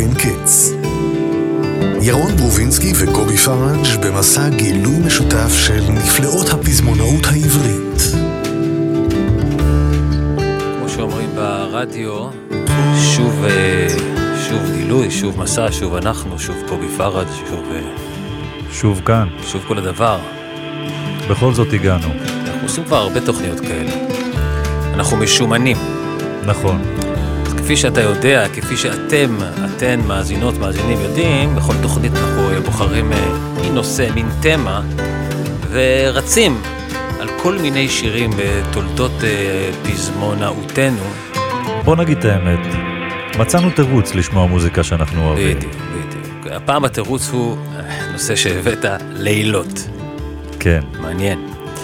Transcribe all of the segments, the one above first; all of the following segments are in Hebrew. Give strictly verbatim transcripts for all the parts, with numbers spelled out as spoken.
לאין קץ. ירון ברובינסקי וקובי פרג' במסע גילוי משותף של נפלאות הפזמונאות העברית. כמו שאומרים ברדיו, שוב, שוב גילוי, שוב מסע, שוב אנחנו, שוב קובי פרג', שוב... שוב כאן. שוב כל הדבר. בכל זאת הגענו. אנחנו עושים כבר הרבה תוכניות כאלה. אנחנו משומנים. נכון. כפי שאתה יודע, כפי שאתם, אתן, מאזינות, מאזינים יודעים, בכל תוכנית אנחנו בוחרים מין נושא, מין תמה, ורצים על כל מיני שירים בתולדות פזמונאותנו. בוא נגיד את האמת, מצאנו תירוץ לשמוע מוזיקה שאנחנו אוהבים. בדיוק, בדיוק. הפעם התירוץ הוא נושא שהבאת, לילות. כן. מעניין.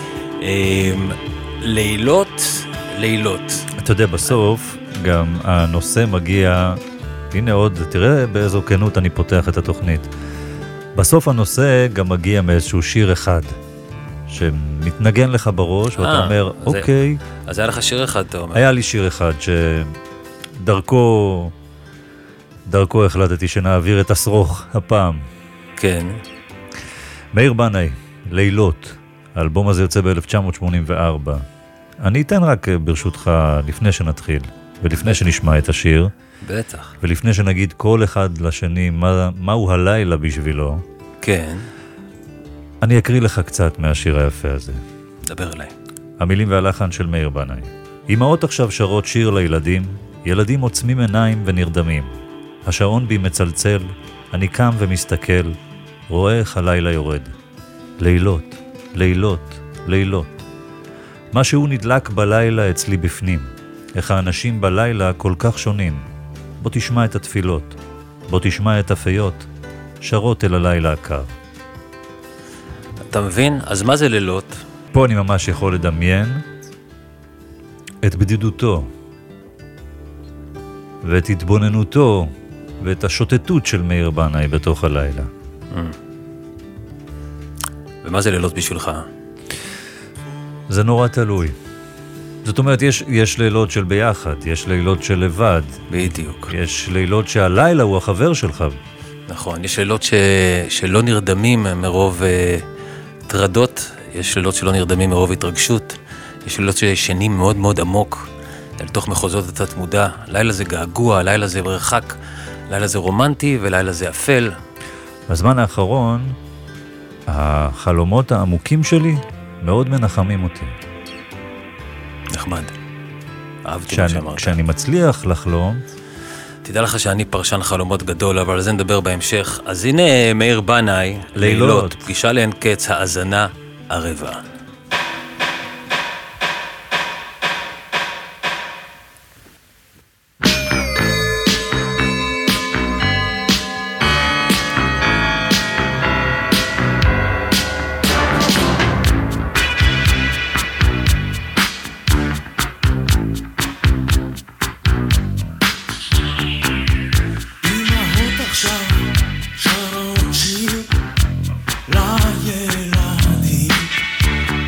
לילות, לילות. אתה יודע, בסוף גם הנושא מגיע, הנה עוד, תראה באיזו כנות אני פותח את התוכנית. בסוף הנושא גם מגיע מאיזשהו שיר אחד, שמתנגן לך בראש, ואתה אומר, אוקיי. אז היה לך שיר אחד, אתה אומר. היה לי שיר אחד, שדרכו, דרכו החלטתי שנעביר את הסרוך הפעם. כן. מאיר בנאי, לילות. האלבום הזה יוצא ב-אלף תשע מאות שמונים וארבע. אני אתן רק ברשותך, לפני שנתחיל, ולפני שנשמע את השיר, בטח. ולפני שנגיד כל אחד לשני מה, מהו הלילה בשבילו, כן. אני אקריא לך קצת מהשיר היפה הזה. דבר אליי. המילים והלחן של מאיר בנאי. אמאות עכשיו שרות שיר לילדים, ילדים עוצמים עיניים ונרדמים. השעון בי מצלצל, אני קם ומסתכל, רואה איך הלילה יורד. לילות, לילות, לילות. משהו נדלק בלילה אצלי בפנים. איך האנשים בלילה כל כך שונים. בוא תשמע את התפילות. בוא תשמע את הפיות. שרות אל הלילה הקר. אתה מבין? אז מה זה לילות? פה אני ממש יכול לדמיין את בדידותו ואת התבוננותו ואת השוטטות של מאיר בנאי בתוך הלילה. Mm. ומה זה לילות בשבילך? זה נורא תלוי. זאת אומרת, יש, יש לילות של ביחד, יש לילות של לבד. בדיוק. יש לילות שהלילה הוא החבר שלך. נכון, יש לילות ש... שלא נרדמים מרוב uh, טרדות, יש לילות שלא נרדמים מרוב התרגשות, יש לילות שישנים מאוד מאוד עמוק, אל תוך מחוזות התת מודע. לילה זה געגוע, לילה זה מרחק, לילה זה רומנטי ולילה זה אפל. בזמן האחרון, החלומות העמוקים שלי מאוד מנחמים אותי. נחמד. אהבתי מה שאמרת. כשאני מצליח לחלום... תדע לך שאני פרשן חלומות גדול, אבל על זה נדבר בהמשך. אז הנה מאיר בנאי, לילות, פגישה לאין קץ, האזנה ערבה. לילדים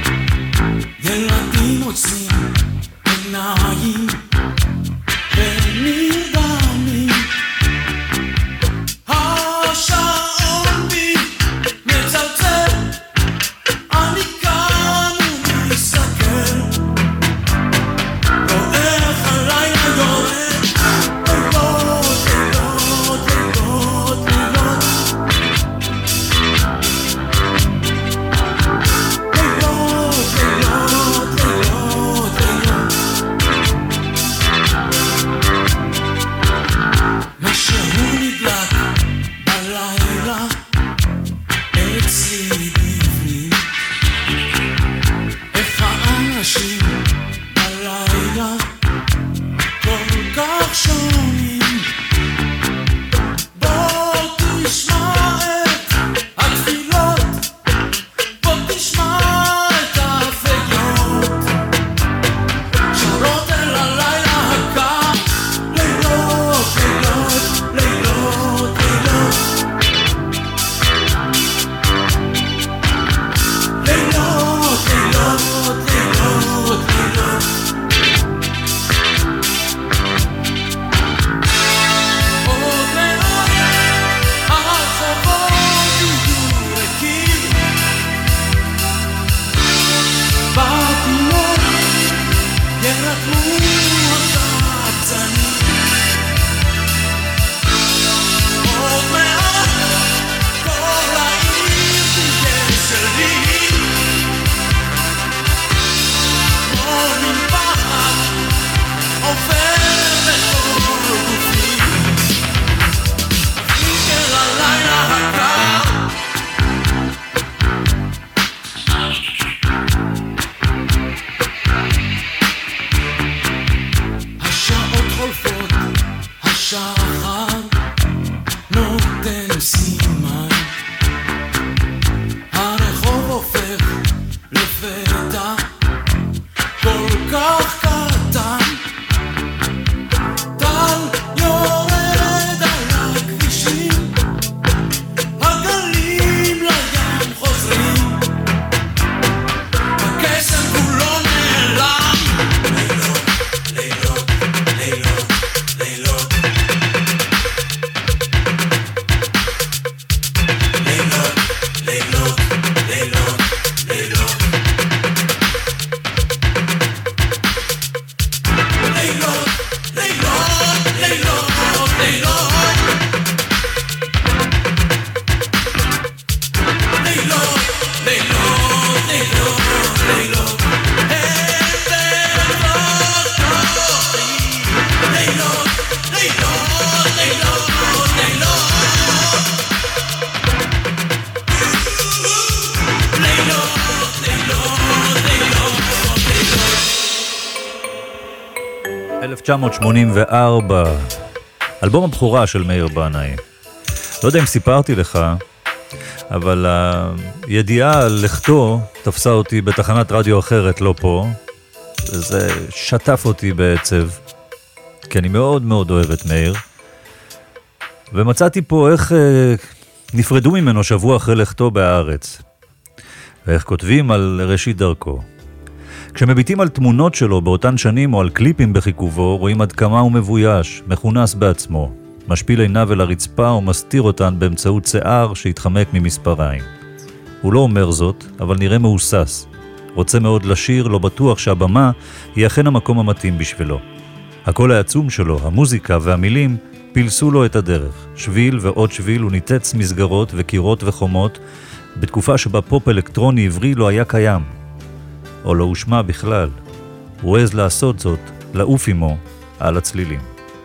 תשע מאות שמונים וארבע, אלבום הבכורה של מאיר בנאי. לא יודע אם סיפרתי לך, אבל הידיעה על לכתו תפסה אותי בתחנת רדיו אחרת, לא פה. זה שטף אותי בעצב, כי אני מאוד מאוד אוהב את מאיר. ומצאתי פה איך אה, נפרדו ממנו שבוע אחרי לכתו בארץ. ואיך כותבים על ראשית דרכו. כשמביטים על תמונות שלו באותן שנים או על קליפים בחיכובו, רואים עד כמה הוא מבויש, מכונס בעצמו, משפיל עיניו אל הרצפה ומסתיר אותן באמצעות שיער שהתחמק ממספריים. הוא לא אומר זאת, אבל נראה מהוסס. רוצה מאוד לשיר, לא בטוח שהבמה היא אכן המקום המתאים בשבילו. הקול העצום שלו, המוזיקה והמילים, פילסו לו את הדרך. שביל ועוד שביל הוא ניתץ מסגרות וקירות וחומות, בתקופה שבה פופ אלקטרוני עברי לא היה קיים. או לא הושמע בכלל. הוא עז לעשות זאת, לעוף עמו, על הצלילים.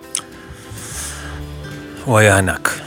הוא היה ענק.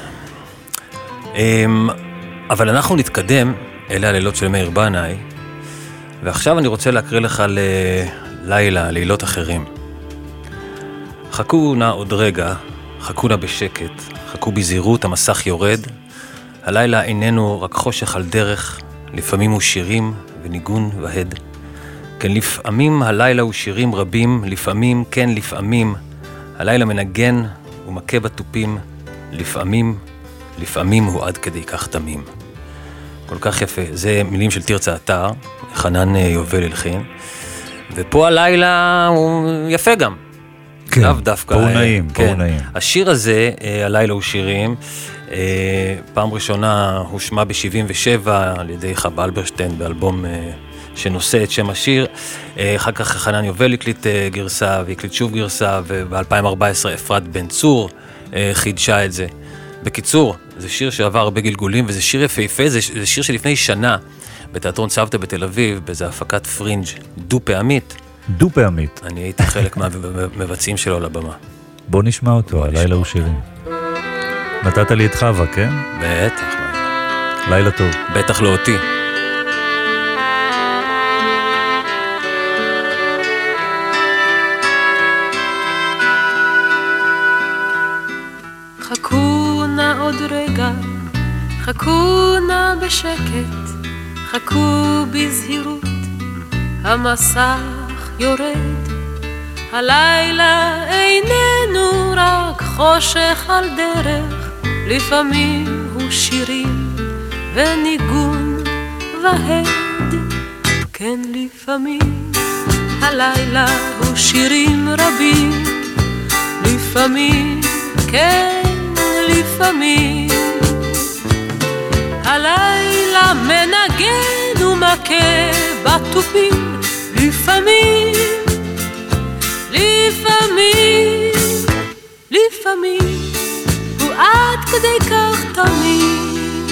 אבל אנחנו נתקדם, אלה הלילות של מאיר בנאי, ועכשיו אני רוצה להקריא לך ללילה, לילות אחרים. חכו נא עוד רגע, חכו נא בשקט, חכו בזהירות, המסך יורד. הלילה איננו רק חושך על דרך, לפעמים הוא שירים וניגון והד. כן, לפעמים הלילה הוא שירים רבים, לפעמים, כן, לפעמים. הלילה מנגן ומכה בטופים, לפעמים, לפעמים הוא עד כדי כך תמים. כל כך יפה. זה מילים של תרצה אתר, חנן יובל הלחין. ופה הלילה הוא יפה גם. כן, לאו דווקא. פה הוא נעים, פה כן. הוא נעים. השיר הזה, הלילה הוא שירים, פעם ראשונה הושמע ב-שבעים ושבע על ידי חב אלברשטיין באלבום שנושא את שם השיר. אחר כך חנן יובל הקליט גרסה והקליט שוב גרסה, וב-אלפיים וארבע עשרה אפרת בן צור חידשה את זה. בקיצור, זה שיר שעבר הרבה גלגולים, וזה שיר יפהפה, זה, זה שיר שלפני שנה בתיאטרון צוותא בתל אביב, באיזו הפקת פרינג' דו פעמית. דו פעמית. אני הייתי חלק מהמבצעים שלו על הבמה. בוא נשמע אותו, הלילה הוא שירים. נתת לי את חווה, כן? בטח. לילה טוב. בטח לא אותי. חכו נא עוד רגע, חכו נא בשקט, חכו בזהירות, המסך יורד. הלילה איננו רק חושך על דרך, לפעמים הוא שירים וניגון והד. כן, לפעמים הלילה הוא שירים רבים, לפעמים, כן, לפעמים. הלילה מנגן ומכה בטופים, לפעמים, לפעמים, לפעמים, הוא עד כדי כך תמים.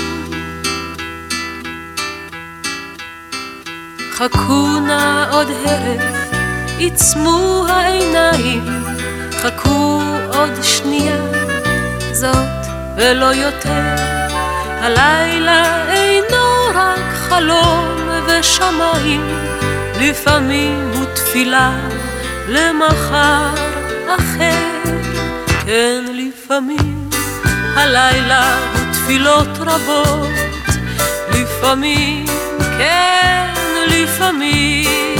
חכו נא עוד הרף, עצמו העיניים, חכו עוד שנייה, זאת ולא יותר. הלילה אינו רק חלום ושמיים, לפעמים הוא תפילה למחר אחר. כן, לפעמים הלילה הוא תפילות רבות, לפעמים, כן, לפעמים.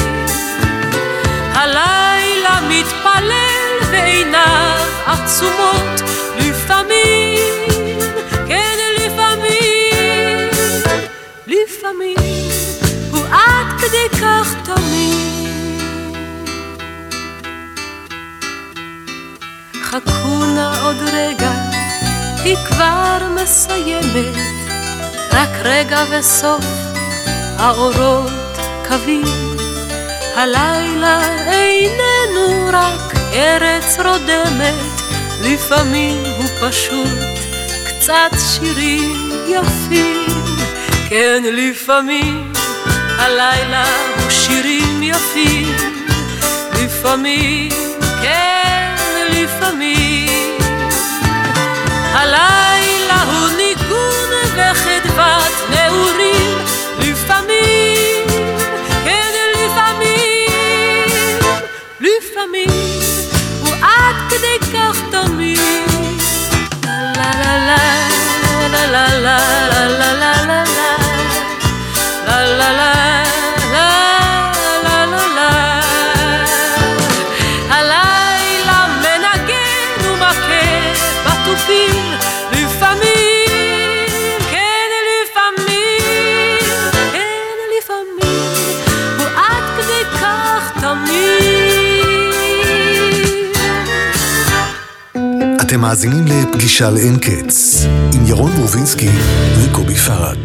הלילה מתפלל ועיניו עצומות, לפעמים, כן, לפעמים, לפעמים, הוא עד כדי כך תמיד. חכו נא עוד רגע, היא כבר מסיימת, רק רגע וסוף, האורות קווים. הלילה איננו רק ארץ רודמת, לפעמים הוא פשוט קצת שירים יפים. כן, לפעמים הלילה הוא שירים יפים, לפעמים, כן, לפעמים. הלילה הוא ניגון וחדוות נעורים, לפעמים, כן, לפעמים, לפעמים הוא אתם מאזינים לפגישה לאין קץ, עם ירון ברובינסקי וקובי פראג'.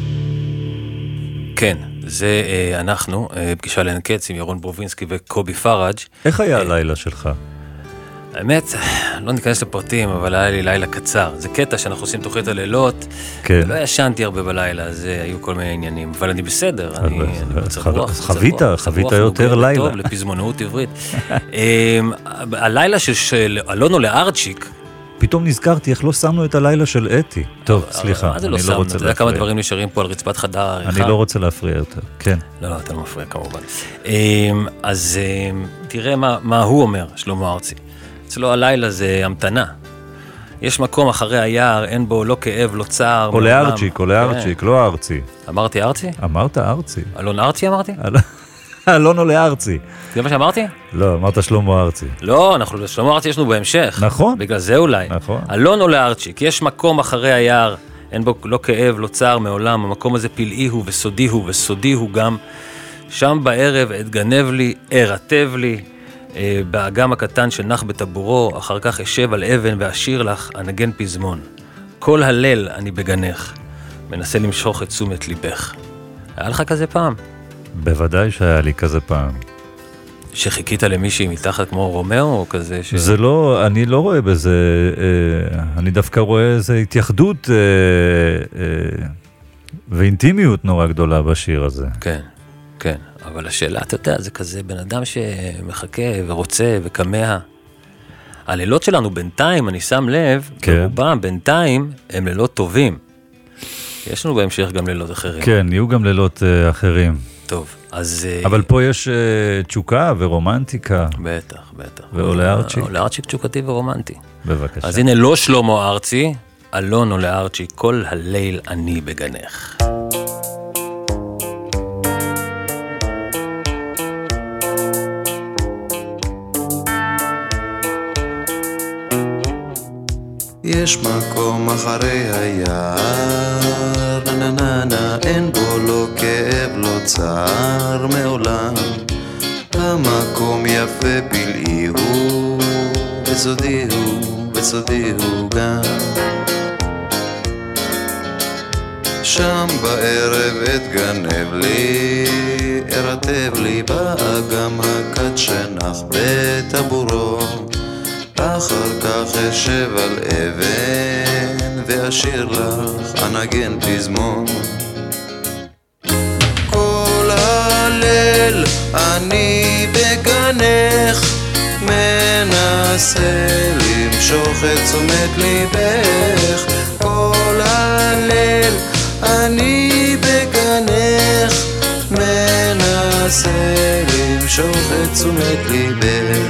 כן, זה אה, אנחנו, אה, פגישה לאין קץ עם ירון ברובינסקי וקובי פראג'. איך היה אה, הלילה שלך? האמת, לא ניכנס לפרטים, אבל היה לי לילה קצר. זה קטע שאנחנו עושים תוכנית הלילות, כן. ולא ישנתי הרבה בלילה, אז היו כל מיני עניינים, אבל אני בסדר, אני במצב רוח. חווית, חווית יותר לילה. טוב, לפזמונאות עברית. הלילה של אלונו לארצ'יק, פתאום נזכרתי איך לא שמנו את הלילה של אתי. טוב, סליחה, אני לא שמנו, אתה יודע כמה דברים נשארים פה על רצפת חדר. אני לא רוצה להפריע יותר, כן. לא, לא, אתה לא מפריע כמובן. אז תראה מה הוא אומר, שלמה ארצי. אצלו הלילה זה המתנה. יש מקום אחרי היער, אין בו לא כאב, לא צער. או לארצ'יק, או לארצ'יק, לא ארצי. אמרתי ארצי? אמרת ארצי. אלון ארצי אמרתי? אלון או לארצי. זה מה שאמרתי? לא, אמרת שלמה ארצי. לא, אנחנו, שלמה ארצי יש לנו בהמשך. נכון. בגלל זה אולי. נכון. אלון או לארצ'יק, יש מקום אחרי היער, אין בו לא כאב, לא צער מעולם, המקום הזה פלאי הוא וסודי הוא וסודי הוא גם. שם בערב אתגנב לי, ארטב לי, באגם הקטן שנח בטבורו, אחר כך אשב על אבן ואשיר לך, אנגן פזמון. כל הליל אני בגנך, מנסה למשוך את תשומת ליבך. היה לך כזה פעם? בוודאי שהיה לי כזה פעם. שחיכית למישהי מתחת כמו רומאו או כזה? ש... זה לא, אני לא רואה בזה, אה, אני דווקא רואה איזו התייחדות אה, אה, ואינטימיות נורא גדולה בשיר הזה. כן, כן. אבל השאלה, אתה יודע, זה כזה בן אדם שמחכה ורוצה וכמה. הלילות שלנו בינתיים, אני שם לב, כן. ברובם בינתיים הם לילות טובים. יש לנו בהמשך גם לילות אחרים. כן, יהיו גם לילות uh, אחרים. טוב, אז... אבל פה יש uh, תשוקה ורומנטיקה. בטח, בטח. ועולה ארצ'יק. עולה ארצ'יק תשוקתי ורומנטי. בבקשה. אז הנה לא שלמה ארצי, אלון עולה ארצ'יק, כל הליל אני בגנך. יש מקום אחרי היער, נה נה נה, אין בו לא כאב, לא צער מעולם. המקום יפה פלאי הוא, וסודי הוא, וסודי הוא גם. שם בערב אתגנב לי, ארטב לי באגם הקט שנח בטבורו. אחר כך אשב על אבן ואשיר לך, אנגן פזמון. כל הליל אני בגנך, מנסה למשוך את תשומת ליבך. כל הליל אני בגנך, מנסה למשוך את תשומת ליבך.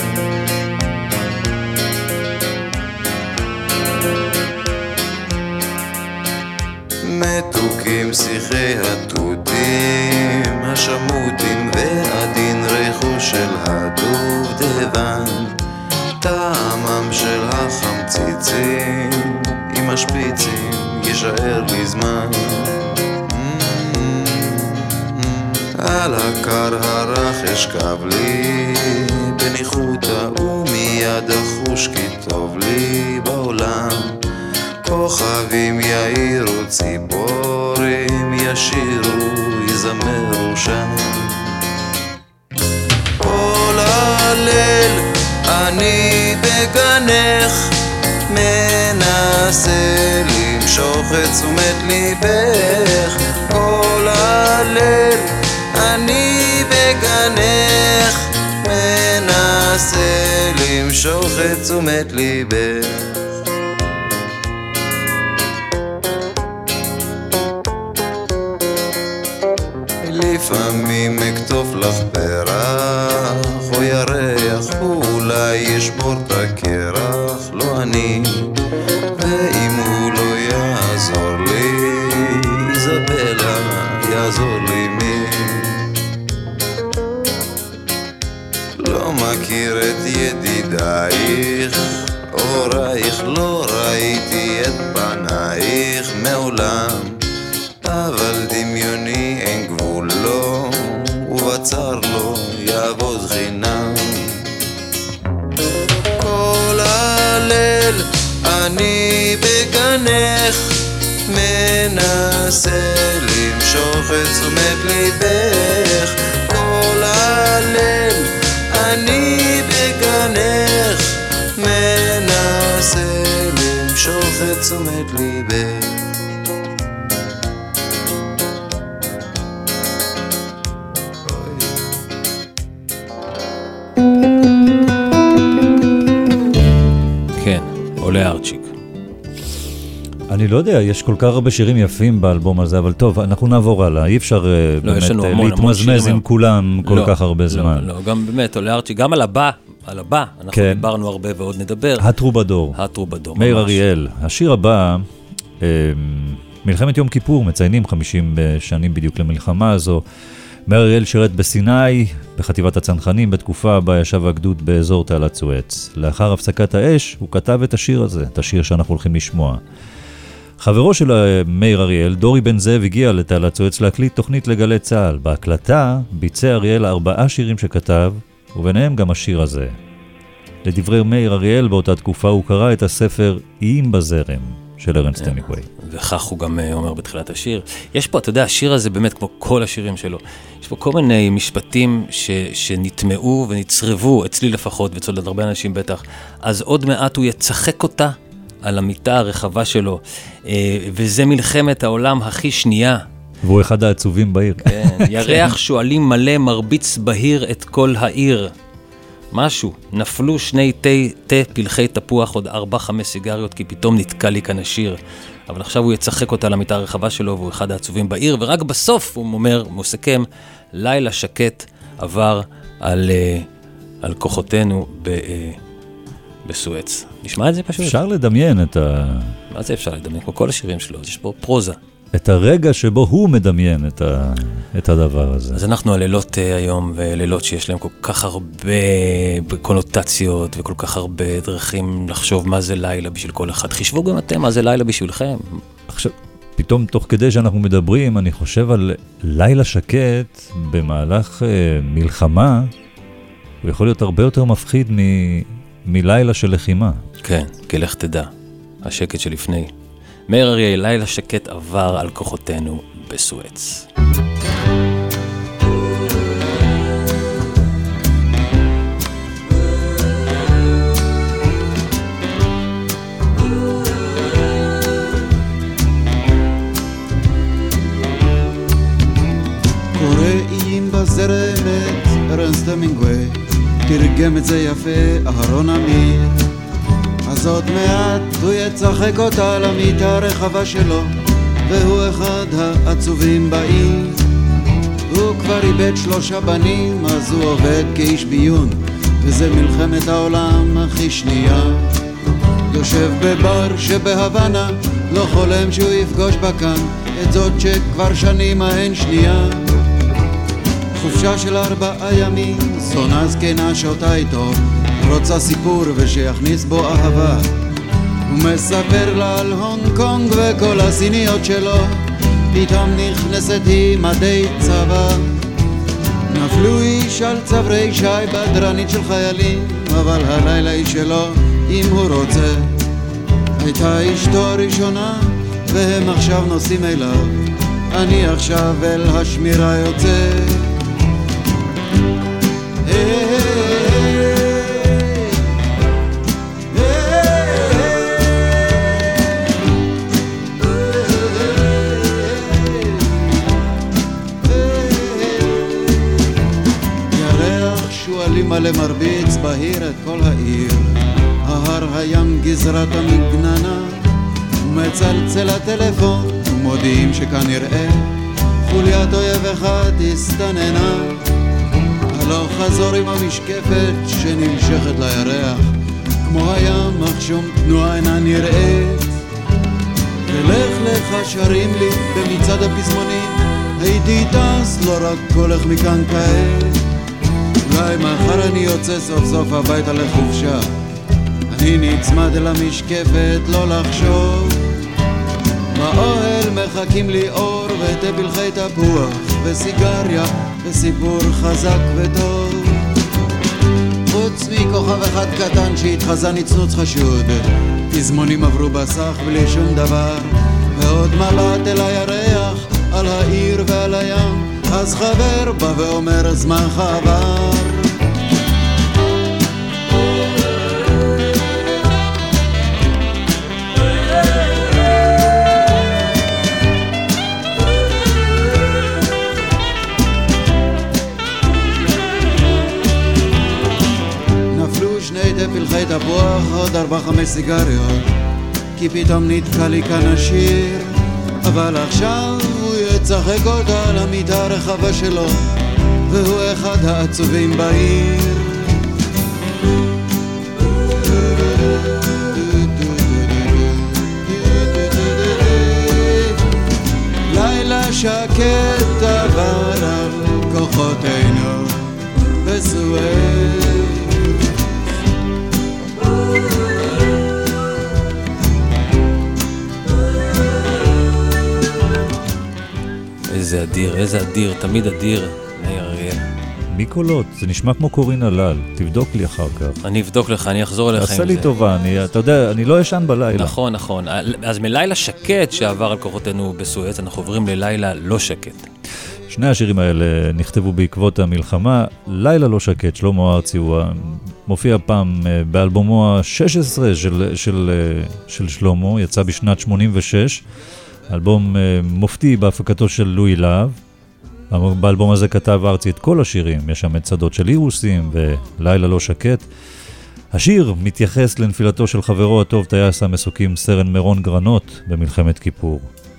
מתוקים שיחי התותים, השמותים והדין ריחו של הדובדבן. טעמם של החמציצים עם השפיצים יישאר לי זמן. על הקר הרך אשכב לי בניחותא, ומיד אחוש כי טוב לי בעולם. כוכבים יאירו, ציפורים ישירו, יזמרו שם. כל הליל אני בגנך, מנסה למשוך את תשומת ליבך. כל הליל אני בגנך, מנסה למשוך את תשומת ליבך. לפעמים אכתוב לך פרח או ירח, אולי ישבור את הקרח, לא אני. ואם הוא לא יעזור לי, איזבלה יעזור לי מי. לא מכיר את ידידייך, אורייך, לא ראיתי את פנייך מעולם. אבל דמיוני אין גבול לו, ובצר לו יעבוד חינם. כל הליל אני בגנך מנסה למשוך את תשומת ליבך כל הליל אני בגנך מנסה למשוך את תשומת ליבך כן, עולה ארצ'יק. אני לא יודע, יש כל כך הרבה שירים יפים באלבום הזה, אבל טוב, אנחנו נעבור הלאה. אי אפשר לא, באמת המון, להתמזמז עם כולם כל לא, כך הרבה לא, זמן. לא, גם באמת, עולה ארצ'יק, גם על הבא, על הבא, אנחנו כן. דיברנו הרבה ועוד נדבר. הטרובדור. הטרובדור. מאיר אריאל. השיר הבא, אה, מלחמת יום כיפור, מציינים חמישים שנים בדיוק למלחמה הזו. מאיר אריאל שירת בסיני, בחטיבת הצנחנים, בתקופה בה ישב הגדוד באזור תעלת סואץ. לאחר הפסקת האש, הוא כתב את השיר הזה, את השיר שאנחנו הולכים לשמוע. חברו של מאיר אריאל, דורי בן זאב, הגיע לתעלת סואץ להקליט תוכנית לגלי צהל. בהקלטה ביצע אריאל ארבעה שירים שכתב, וביניהם גם השיר הזה. לדברי מאיר אריאל, באותה תקופה הוא קרא את הספר איים בזרם של ארנסט המינגווי. וכך הוא גם אומר בתחילת השיר. יש פה, אתה יודע, השיר הזה באמת כמו כל השירים שלו. יש פה כל מיני משפטים ש, שנטמעו ונצרבו, אצלי לפחות, ואצל הרבה אנשים בטח. אז עוד מעט הוא יצחק אותה על המיטה הרחבה שלו, וזה מלחמת העולם הכי שנייה. והוא אחד העצובים בעיר. כן, ירח שואלים מלא מרביץ בהיר את כל העיר. משהו, נפלו שני תה, תה פלחי תפוח, עוד ארבע, חמש סיגריות, כי פתאום נתקע לי כאן השיר. אבל עכשיו הוא יצחק אותה למיטה הרחבה שלו, והוא אחד העצובים בעיר, ורק בסוף הוא אומר, מוסכם, לילה שקט עבר על, על כוחותינו ב, בסואץ. נשמע את זה פשוט? אפשר לדמיין את ה... מה זה אפשר לדמיין? כמו כל השירים שלו, יש פה פרוזה. את הרגע שבו הוא מדמיין את, ה... את הדבר הזה. אז אנחנו על לילות היום, ולילות שיש להם כל כך הרבה קונוטציות, וכל כך הרבה דרכים לחשוב מה זה לילה בשביל כל אחד. חישבו גם אתם מה זה לילה בשבילכם. עכשיו, פתאום תוך כדי שאנחנו מדברים, אני חושב על לילה שקט במהלך uh, מלחמה, הוא יכול להיות הרבה יותר מפחיד מ... מלילה של לחימה. כן, כי לך תדע, השקט שלפני. מאיר אריאל, לילה שקט עבר על כוחותינו בסואץ. קורא איים בזרמת, ארנסט המינגווי, תרגם את זה יפה, אהרון אמיר. אז עוד מעט הוא יצחק אותה למיטה הרחבה שלו, והוא אחד העצובים בעיר. הוא כבר איבד שלושה בנים, אז הוא עובד כאיש ביון, וזה מלחמת העולם הכי שנייה. יושב בבר שבהוואנה, לא חולם שהוא יפגוש בה כאן את זאת שכבר שנים ההן שנייה. חופשה של ארבעה ימים, זונה זקנה שותה איתו, רוצה סיפור ושיכניס בו אהבה. הוא מספר לה על הונג קונג וכל הסיניות שלו, פתאום נכנסת היא מדי צבא. נפלו איש על צברי שי בדרנית של חיילים, אבל הלילה היא שלו אם הוא רוצה. הייתה אשתו הראשונה והם עכשיו נוסעים אליו, אני עכשיו אל השמירה יוצא. מלא מרביץ בהיר את כל העיר, ההר הים גזרת המגננה, ומצלצל הטלפון ומודיעים שכנראה חוליית אויב אחד הסתננה. הלוך חזור עם המשקפת שנמשכת לירח, כמו הים אך שום תנועה אינה נראית. ולך לך שרים לי במצעד הפזמונים, הייתי טס לא רק קולך מכאן כעת. אולי מחר אני יוצא סוף סוף הביתה לחופשה, אני נצמד אל המשקפת לא לחשוב. באוהל מחכים לי אור ותה פלחי תפוח וסיגריה וסיפור חזק וטוב. חוץ חוץ מכוכב אחד קטן שהתחזה נצנוץ חשוד. תזמונים עברו בסך בלי שום דבר, ועוד מבט אל הירח, על העיר ועל הים, אז חבר בא ואומר זמנך עבר. פלחי תפוח, עוד ארבע חמש סיגריות, כי פתאום נתקע לי כאן השיר. אבל עכשיו הוא יצחק אותה על המיטה הרחבה שלו, והוא אחד העצובים בעיר. לילה שקט עבר על כוחותינו בסואל. איזה אדיר, איזה אדיר, תמיד אדיר, מאיר אריאל. מי קולות? זה נשמע כמו קורין הלל, תבדוק לי אחר כך. אני אבדוק לך, אני אחזור אליך עם זה. עשה לי טובה, אני, אתה יודע, אני לא ישן בלילה. נכון, נכון. אז מלילה שקט שעבר על כוחותינו בסואץ, אנחנו עוברים ללילה לא שקט. שני השירים האלה נכתבו בעקבות המלחמה. לילה לא שקט, שלמה ארצי, הוא מופיע פעם באלבומו ה-שש עשרה של, של, של שלמה, יצא בשנת שמונים ושש. אלבום מופתי בהפקתו של לואי להב. באלבום הזה כתב ארצי את כל השירים, יש שם את שדות של אירוסים ולילה לא שקט. השיר מתייחס לנפילתו של חברו הטוב טייס המסוקים סרן מירון גרנות במלחמת כיפור.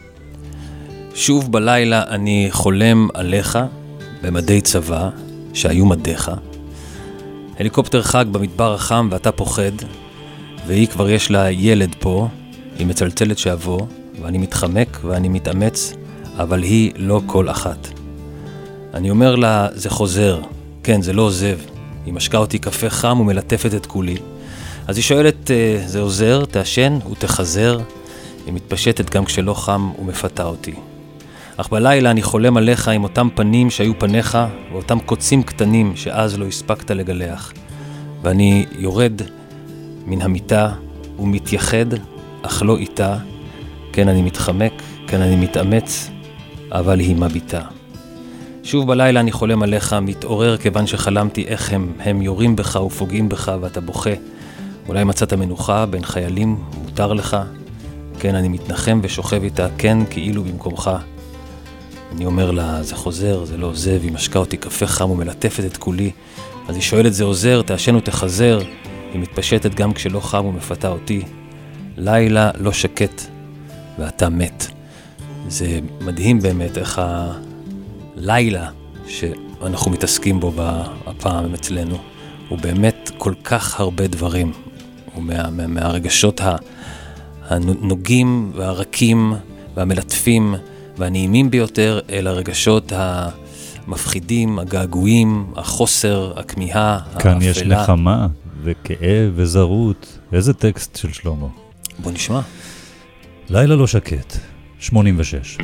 שוב בלילה אני חולם עליך במדי צבא שהיו מדיך. הליקופטר חג במדבר החם ואתה פוחד, והיא כבר יש לה ילד פה, היא מצלצלת שעבו, ואני מתחמק ואני מתאמץ, אבל היא לא כל אחת. אני אומר לה, זה חוזר, כן, זה לא עוזב. היא משקה אותי קפה חם ומלטפת את כולי. אז היא שואלת, זה עוזר, תעשן ותחזר. היא מתפשטת גם כשלא חם ומפתה אותי. אך בלילה אני חולם עליך עם אותם פנים שהיו פניך, ואותם קוצים קטנים שאז לא הספקת לגלח. ואני יורד מן המיטה ומתייחד, אך לא איתה. כן, אני מתחמק, כן, אני מתאמץ, אבל היא מביטה. שוב בלילה אני חולם עליך, מתעורר כיוון שחלמתי איך הם, הם יורים בך ופוגעים בך ואתה בוכה. אולי מצאת מנוחה בין חיילים, מותר לך. כן, אני מתנחם ושוכב איתה, כן, כאילו במקומך. אני אומר לה, זה חוזר, זה לא עוזב, היא משקה אותי קפה חם ומלטפת את כולי. אז היא שואלת, זה עוזר, תעשן ותחזר. היא מתפשטת גם כשלא חם ומפתה אותי. לילה לא שקט, ואתה מת. זה מדהים באמת איך הלילה שאנחנו מתעסקים בו הפעם אצלנו, הוא באמת כל כך הרבה דברים. הוא מה, מה, מהרגשות הנוגים והרקים והמלטפים והנעימים ביותר אל הרגשות המפחידים, הגעגועים, החוסר, הכמיהה, האפלה. כאן יש נחמה וכאב וזרות. איזה טקסט של שלמה. בוא נשמע. לילה לא שקט, שמונים ושש.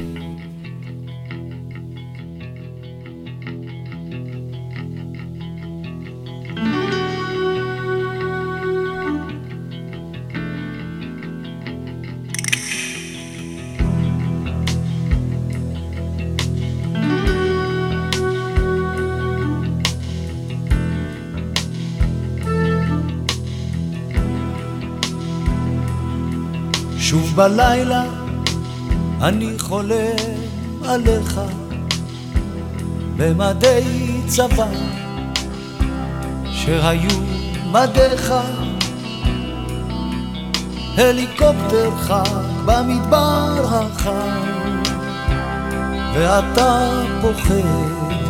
שוב בלילה אני חולם עליך במדי צבא שהיו מדיך, הליקופטר חג במדבר החם ואתה פוחד,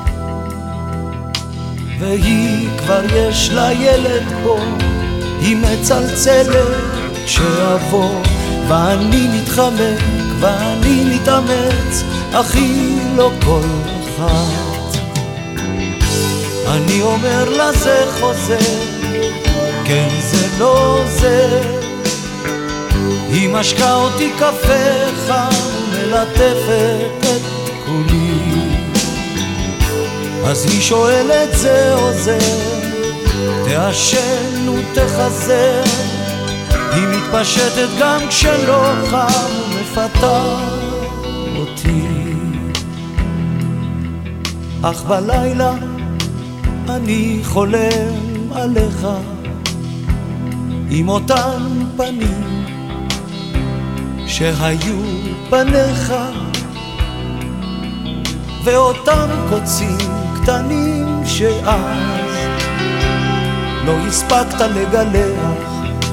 והיא כבר יש לה ילד פה, היא מצלצלת שאבוא, ואני מתחמק ואני מתאמץ, אך היא לא כל אחת. אני אומר לה זה חוזר, כן זה לא זה. היא משקה אותי קפה חם ומלטפת את כולי, אז היא שואלת זה עוזר, תעשן ותחזר, היא מתפשטת גם כשלא חם ומפתה אותי. אך בלילה אני חולם עליך עם אותן פנים שהיו פניך, ואותם קוצים קטנים שאז לא הספקת לגלח,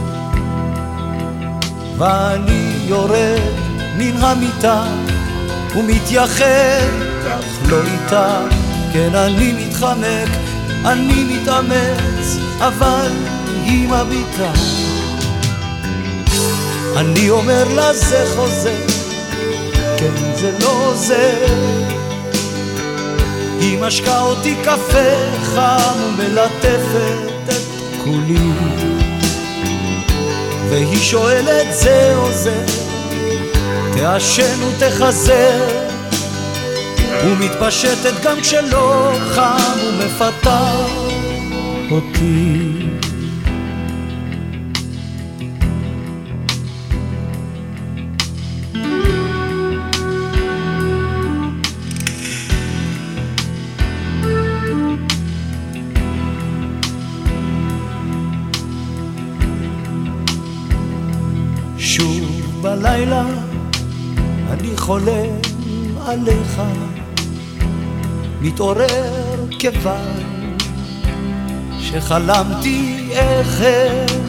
ואני יורד מן המיטה ומתייחד, אך לא איתה. כן, אני מתחמק, אני מתאמץ, אבל היא מביטה. אני אומר לה זה חוזר, כן זה לא זה. היא משקה אותי קפה חם ומלטפת את כולי, והיא שואלת זה או זה, תעשן ותחזר, ומתפשטת גם כשלא חם ומפתה אותי. שוב בלילה אני חולם עליך, מתעורר כיוון שחלמתי איך הם,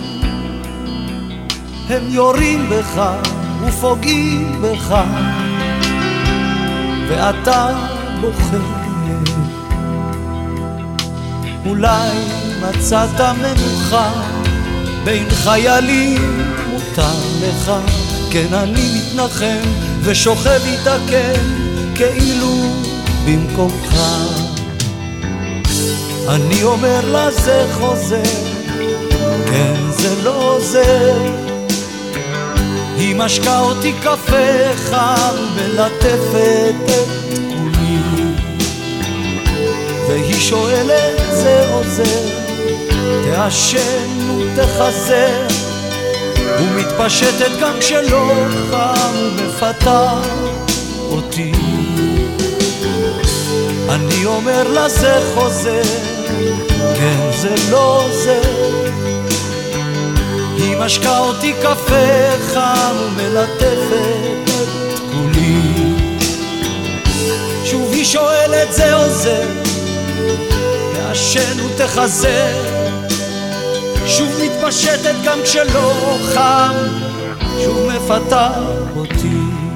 הם יורים בך ופוגעים בך, ואתה בוכה. אולי מצאת מנוחה בין חיילים, מותר לך. כן, אני מתנחם ושוכב איתה, כן, כאילו במקומך. אני אומר לה זה חוזר, כן זה לא זה. היא משקה אותי קפה חם מלטפת את כולי, והיא שואלת זה או זה, תעשן ותחזר, ומתפשטת גם כשלא חם ומפתה אותי. אני אומר לה זה חוזר, כן זה לא זה. היא משקה אותי קפה חם ומלטפת את כולי, שוב היא שואלת זה או זה, תעשן ותחזר, שוב מתפשטת גם כשלא חם, שוב מפתה אותי.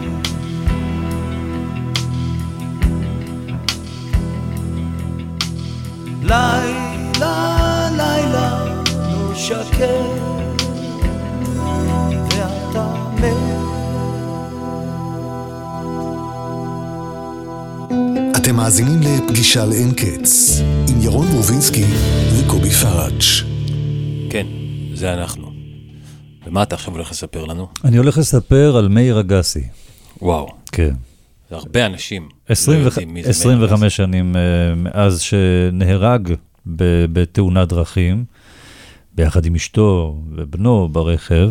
לילה, לילה, לא שקט, ואתה מת. אתם מאזינים לפגישה לאין קץ, עם ירון ברובינסקי וקובי פראג'. כן, זה אנחנו. ומה אתה עכשיו הולך לספר לנו? אני הולך לספר על מאיר אגסי. וואו. כן. זה הרבה אנשים. עשרים וחמש שנים מאז שנהרג בתאונת דרכים, ביחד עם אשתו ובנו ברכב.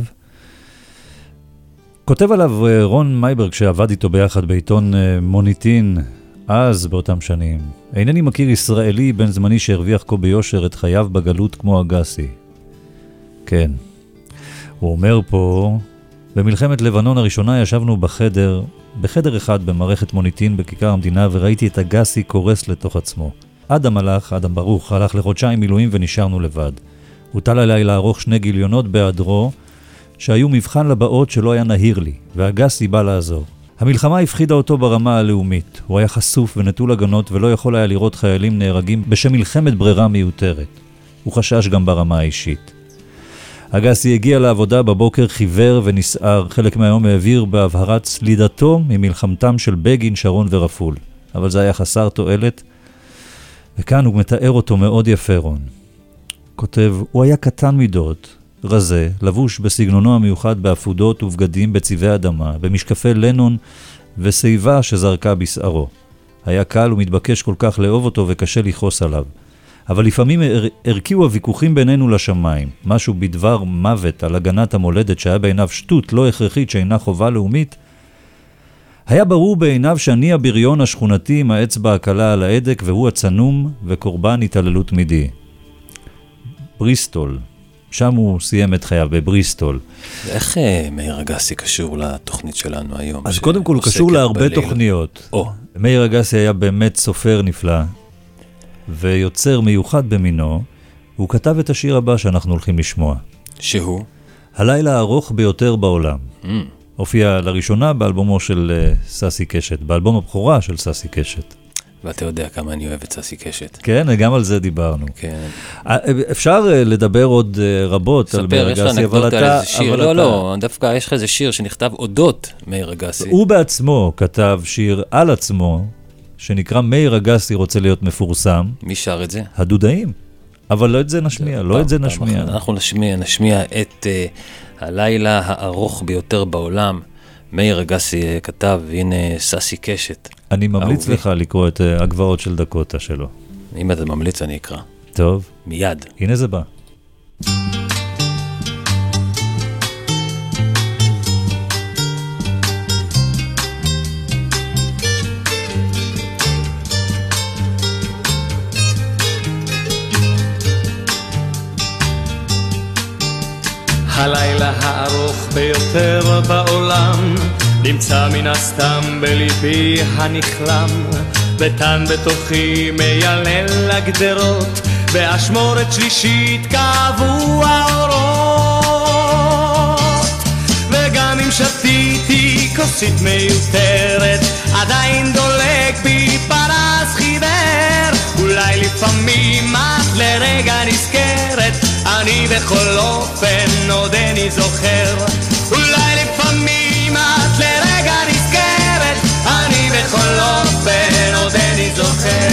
כותב עליו רון מייברג שעבד איתו ביחד בעיתון מוניטין, אז באותם שנים. אינני מכיר ישראלי בן זמני שהרוויח כה ביושר את חייו בגלות כמו אגסי. כן. הוא אומר פה, במלחמת לבנון הראשונה ישבנו בחדר, בחדר אחד במערכת מוניטין בכיכר המדינה, וראיתי את אגסי קורס לתוך עצמו. אדם הלך, אדם ברוך, הלך לחודשיים מילואים ונשארנו לבד. הוטל עליי לערוך שני גיליונות בהדרו, שהיו מבחן לבאות שלא היה נהיר לי, ואגסי בא לעזור. המלחמה הפחידה אותו ברמה הלאומית. הוא היה חשוף ונטול הגנות ולא יכול היה לראות חיילים נהרגים בשם מלחמת ברירה מיותרת. הוא חשש גם ברמה האישית. אגסי הגיע לעבודה בבוקר חיוור ונסער, חלק מהיום העביר בהבהרת סלידתו ממלחמתם של בגין, שרון ורפול. אבל זה היה חסר תועלת, וכאן הוא מתאר אותו מאוד יפה רון. כותב, הוא היה קטן מידות, רזה, לבוש בסגנונו המיוחד באפודות ובגדים בצבעי אדמה, במשקפי לנון וסיבה שזרקה בשערו. היה קל ומתבקש כל כך לאהוב אותו וקשה לכעוס עליו. אבל לפעמים הרקיעו הוויכוחים בינינו לשמיים. משהו בדבר מוות על הגנת המולדת שהיה בעיניו שטות לא הכרחית שאינה חובה לאומית, היה ברור בעיניו שאני הבריון השכונתי עם האצבע הקלה על העדק והוא הצנום וקורבן התעללות מידי. בריסטול. שם הוא סיים את חייו, בבריסטול. איך מאיר אגסי קשור לתוכנית שלנו היום? אז קודם כל, הוא קשור להרבה תוכניות. או. מאיר אגסי היה באמת סופר נפלא, ויוצר מיוחד במינו. הוא כתב את השיר הבא שאנחנו הולכים לשמוע. שהוא? הלילה הארוך ביותר בעולם. Mm. הופיע לראשונה באלבומו של uh, ססי קשת, באלבום הבכורה של ססי קשת. ואתה יודע כמה אני אוהב את ססי קשת. כן, גם על זה דיברנו. כן. אפשר לדבר עוד רבות על מאיר אגסי, אבל אתה... שיר, לא, לא, דווקא יש לך איזה שיר שנכתב אודות מאיר אגסי. הוא בעצמו כתב שיר על עצמו, שנקרא מאיר אגסי רוצה להיות מפורסם. מי שר את זה? הדודאים. אבל לא את זה נשמיע, לא את זה נשמיע. אנחנו נשמיע, נשמיע את הלילה הארוך ביותר בעולם. מאיר אגסי כתב, והנה ססי קשת. אני ממליץ לך לקרוא את הגבעות של דקוטה שלו. אם אתה ממליץ אני אקרא. טוב. מיד. הנה זה בא. הלילה הארוך ביותר בעולם נמצא מן הסתם בליבי הנכלם, ותן בתוכי מיילל לגדרות, באשמורת שלישית קבוע האורות. וגם אם שתיתי כוסית מיותרת, עדיין דולק בי פרס חיוור. אולי לפעמים את לרגע נזכרת, אני בכל אופן עודני זוכר. אולי לפעמים את לרגע נזכרת, אני בכל אופן עודני זוכר.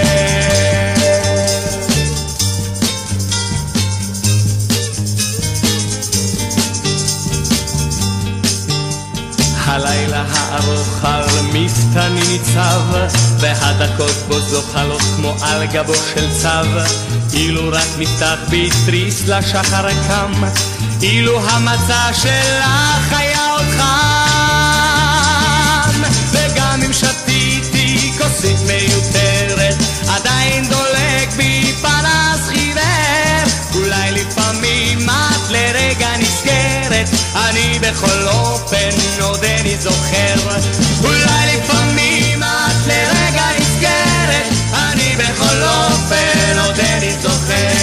הלילה הארוך על מפתני ניצב, והדקות בו זוחלות כמו על גבו של צב. אילו רק נפתח בתריס לשחר קם, אילו המצע שלך היה עוד חם. וגם אם שתיתי כוסית מיותרת, עדיין דולק בי פרס חיוור. אולי לפעמים את לרגע נזכרת, אני בכל אופן עודני זוכר. אולי לפעמים את לרגע נזכרת, אני בכל אופן עודני זוכר.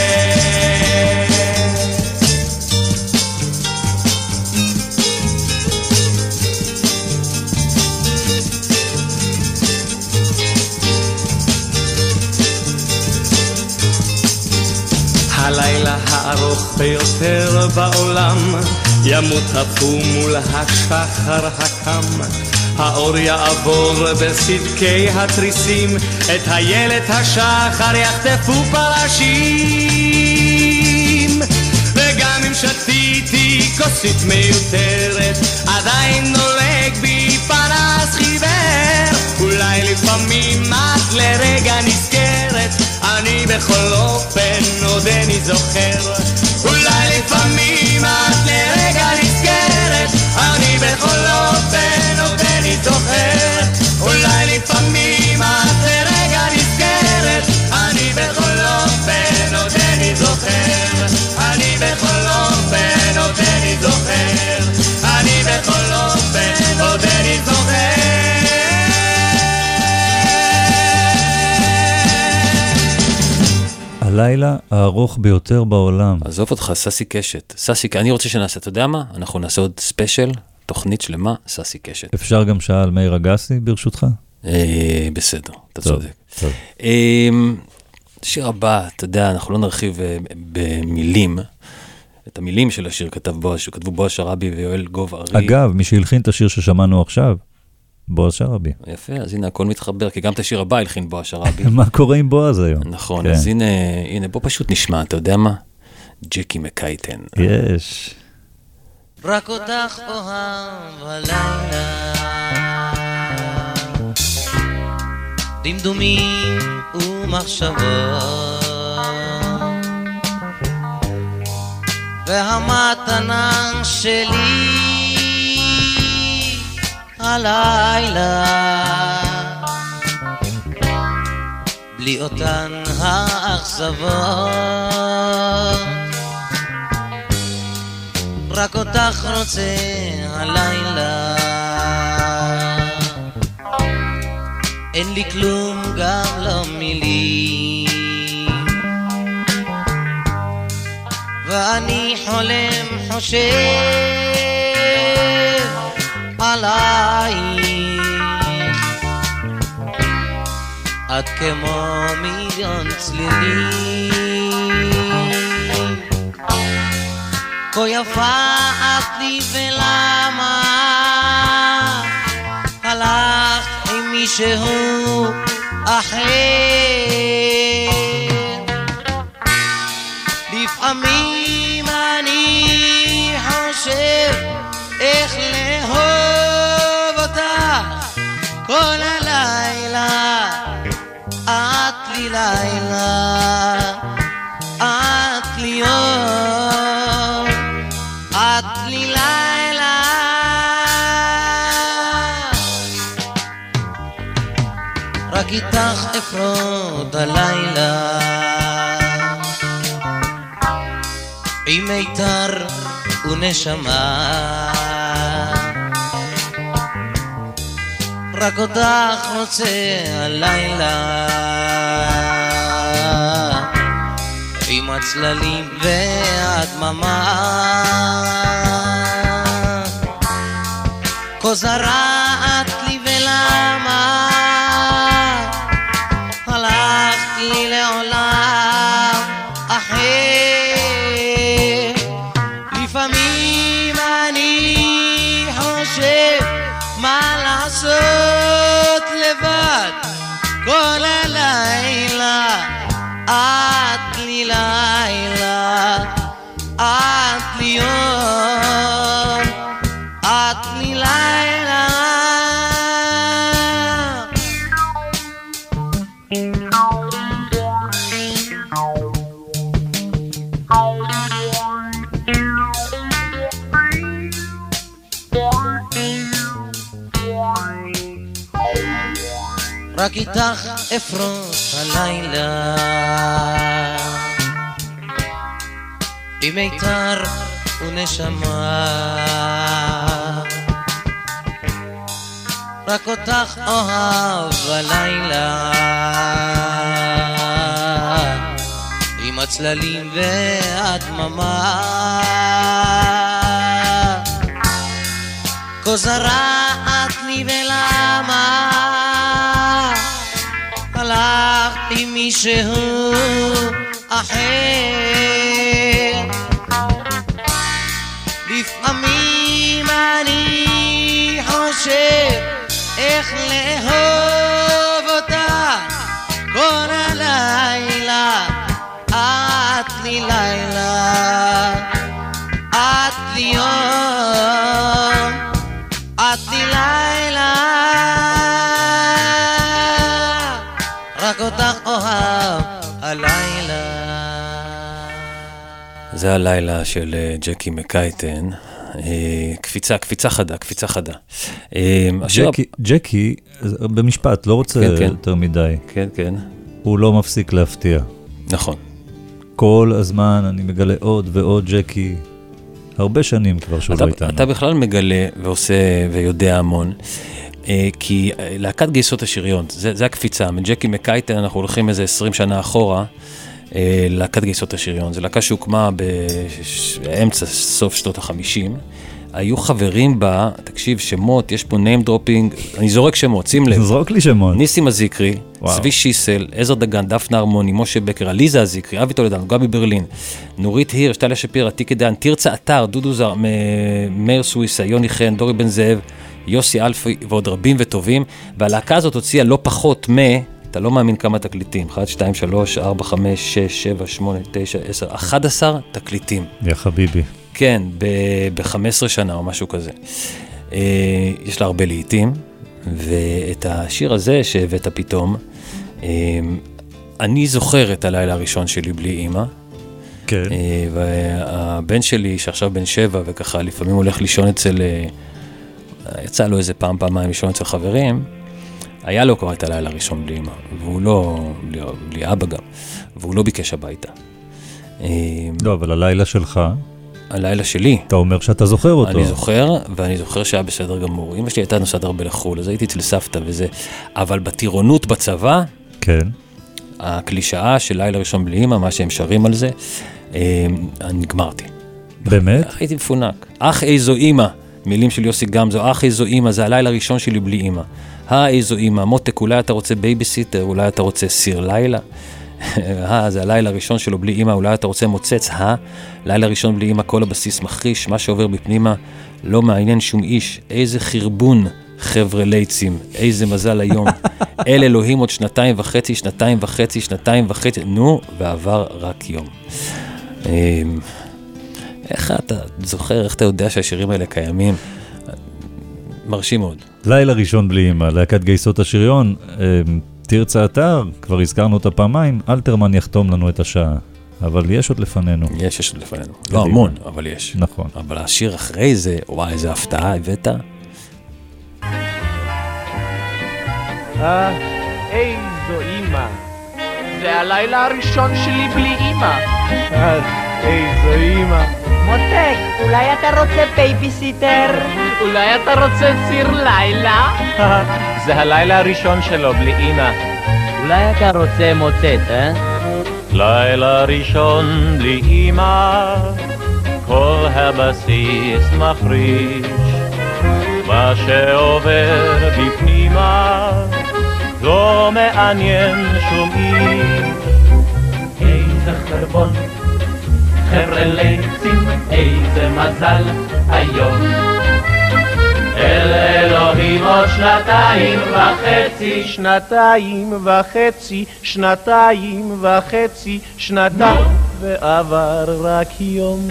הלילה הארוך ביותר בעולם ימות הפום מול השחר הקם. האור יעבור בסדקי התריסים, את הילד השחר יחטפו פרשים. וגם אם שתיתי כוסית מיותרת, עדיין דולק בי פרס חיוור. אולי לפעמים את לרגע נזכרת, אני בכל אופן עודני זוכר. אולי לפעמים את לרגע נזכרת, אני בכל אופן עודני זוכר. אולי לפעמים את לרגע נזכרת, אני בכל אופן עודני זוכר. אני בכל אופן עודני זוכר. אני בכל אופן עודני זוכר. הלילה הארוך ביותר בעולם. עזוב אותך, ססי קשת. ססי, אני רוצה שנעשה, אתה יודע מה? אנחנו נעשה עוד ספיישל, תוכנית שלמה, ססי קשת. אפשר גם שעה על מאיר אגסי, ברשותך? אה, בסדר, אתה טוב, צודק. טוב. אה, שיר הבא, אתה יודע, אנחנו לא נרחיב אה, במילים. את המילים של השיר כתב בועז, שכתבו בועז שרעבי ויואל גוב ארי. אגב, מי שהלחין את השיר ששמענו עכשיו, בועז שרעבי. יפה, אז הנה, הכל מתחבר, כי גם את השיר הבא הלחין בועז שרעבי. מה קורה עם בועז היום? נכון, כן. אז הנה, הנה, בוא פשוט נשמע, אתה יודע מה? ג'קי מקייטן. יש. רק אותך אוהב הלילה, דמדומים ומחשבות, והמתנה שלי הלילה בלי אותן האכזבות רק אותך רוצה הלילה אין לי כלום גם לא מילים ואני חולם חושב עלייך את כמו מיליון צלילים כה יפה את לי ולמה הלכת עם מישהו אחר לפעמים אני חושב איך לאהוב אותך כל הלילה את לי לילה את לי יום את לי לילה רק איתך אפרוד הלילה עם מיתר ונשמה רק אותך רוצה הלילה עם הצללים והדממה כה זרעת לי ולמה הלכת לי לעולם אחר לפעמים אני חושב מה לעשות לבד כל הלילה את לי לילה את לי יום את לי לילה רק איתך אפרוס הלילה עם מיתר ונשמה רק אותך אוהב הלילה עם הצללים והדממה כה זרעת לי ולמה הלכת עם מישהו אחר לפעמים אני חושב איך לאהוב אותך כל הלילה את לי לילה את לי יום את לי לילה רק אותך אוהב הלילה. זה הלילה של ג'קי מקייטן. קפיצה, קפיצה חדה, קפיצה חדה. ג'קי, ג'קי, במשפט, לא רוצה יותר מדי. כן, כן. הוא לא מפסיק להפתיע. נכון. כל הזמן אני מגלה עוד ועוד ג'קי. הרבה שנים כבר שהוא לא איתנו. אתה בכלל מגלה ועושה ויודע המון. כי להקת גייסות השריון, זה, זה הקפיצה. מג'קי מקייטן אנחנו הולכים איזה עשרים שנה אחורה, להקת גייסות השריון. זה להקה שהוקמה באמצע סוף שנות החמישים. היו חברים בה, תקשיב, שמות, יש פה name dropping, אני זורק שמות, שים לב. זרוק לי שמות. ניסים הזיקרי, צבי שיסל, עזר דגן, דפנה הרמוני, משה בקר, עליזה הזיקרי, אבי טולדן, גבי ברלין, נורית היר, שטליה שפירא, טיקי דן, תרצה אתר, דודו זר, מאיר סוויסה, יוני חן, דורי בן זאב, יוסי אלפי ועוד רבים וטובים, והלהקה הזאת הוציאה לא פחות מ... אתה לא מאמין כמה תקליטים, אחת, שתיים, שלוש, ארבע, חמש, שש, שבע, שמונה, תשע, עשר, אחד עשר תקליטים. יא חביבי. כן, ב-חמש עשרה שנה או משהו כזה. יש לה הרבה לעיתים, ואת השיר הזה שהבאת פתאום, אני זוכר את הלילה הראשון שלי בלי אמא. כן. והבן שלי, שעכשיו בן שבע, וככה לפעמים הולך לישון אצל, יצא לו איזה פעם, פעמיים לישון אצל חברים, היה לו כבר את הלילה הראשון בלי אמא, והוא לא, בלי, בלי אבא גם, והוא לא ביקש הביתה. לא, אבל הלילה שלך... הלילה שלי. אתה אומר שאתה זוכר אותו. אני זוכר, ואני זוכר שהיה בסדר גמור. אמא שלי הייתה נוסעת הרבה לחול, אז הייתי אצל סבתא וזה, אבל בטירונות בצבא, כן. הקלישאה של לילה ראשון בלי אמא, מה שהם שרים על זה, אני גמרתי. באמת? הייתי מפונק. אך איזו אמא, מילים של יוסי גמזו, אך איזו אמא, זה הלילה הראשון שלי בלי אמא. איזו אמא, מותק, אולי אתה רוצה בייביסיטר, אולי אתה רוצה סיר לילה. זה הלילה הראשון שלו בלי אמא, אולי אתה רוצה מוצץ, לילה ראשון בלי אמא, כל הבסיס מחריש, מה שעובר בפנימה לא מעניין שום איש. איזה חרבון, חבר'ה ליצים, איזה מזל היום. אל אלוהים עוד שנתיים וחצי, שנתיים וחצי, שנתיים וחצי, נו, ועבר רק יום. איך אתה זוכר, איך אתה יודע שהשירים האלה קיימים? מרשים מאוד. לילה ראשון בלי אמא, להקת גייסות השריון, תרצה אתר, כבר הזכרנו אותה פעמיים, אלתרמן יחתום לנו את השעה. אבל יש עוד לפנינו. יש, יש עוד לפנינו. לא המון, אבל יש. נכון. אבל השיר אחרי זה, וואי, איזה הפתעה הבאת. אה, איזו אמא. זה הלילה הראשון שלי בלי אמא. אה, איזו אמא. מותק, אולי אתה רוצה בייביסיטר? אולי אתה רוצה סיר לילה? זה הלילה הראשון שלו בלי אמא. אולי אתה רוצה מוצץ, אה? לילה ראשון בלי אמא, כל הבסיס מחריש, מה שעובר בפנימה לא מעניין שום איש. איזה חרבון, חבר'ה ליצים, איזה מזל היום. אל אלוהים עוד שנתיים וחצי, שנתיים וחצי, שנתיים וחצי, שנתיים, ועבר רק יום.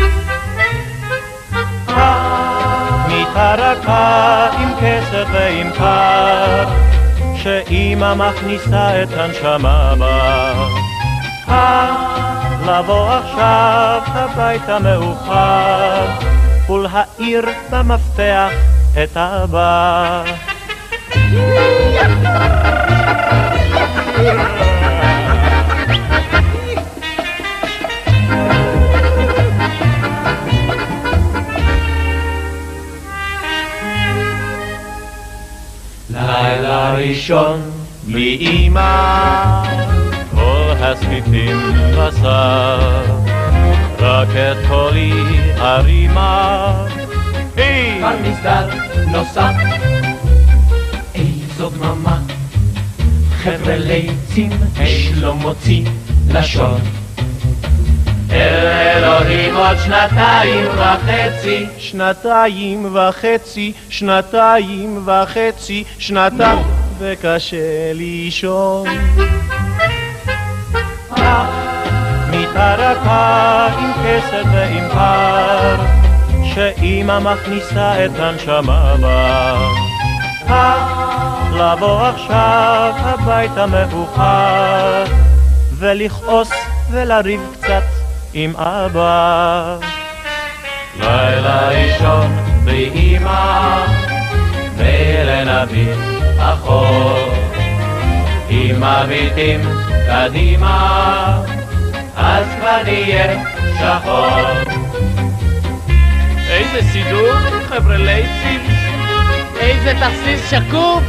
מתרקה עם כסף ועם קר, שאמא מכניסה את הנשמה בה. לבוא עכשיו הביתה מאוחר, ולהאיר במפתח את הבא. לילה ראשון בלי אמא, כל הספיפים בשר, רק את קולי הרימה. כבר מסדר נוסף, איזו דממה, חבר'ה ליצים, איש לא מוציא לשון. אל אלוהים עוד שנתיים וחצי, שנתיים וחצי, שנתיים וחצי, שנתיים, וקשה לישון. מתרקה עם כסף ועם קר, שאמא מכניסה את הנשמה בה. לבוא עכשיו הביתה מאוחר, ולכעוס ולריב קצת עם אבא. לילה ראשון בלי אמא, ולנביט אחור, אם מביטים קדימה, אז כבר נהיה שחור. איזה סידור, חבר'ה ליצים, איזה תכסיס שקוף.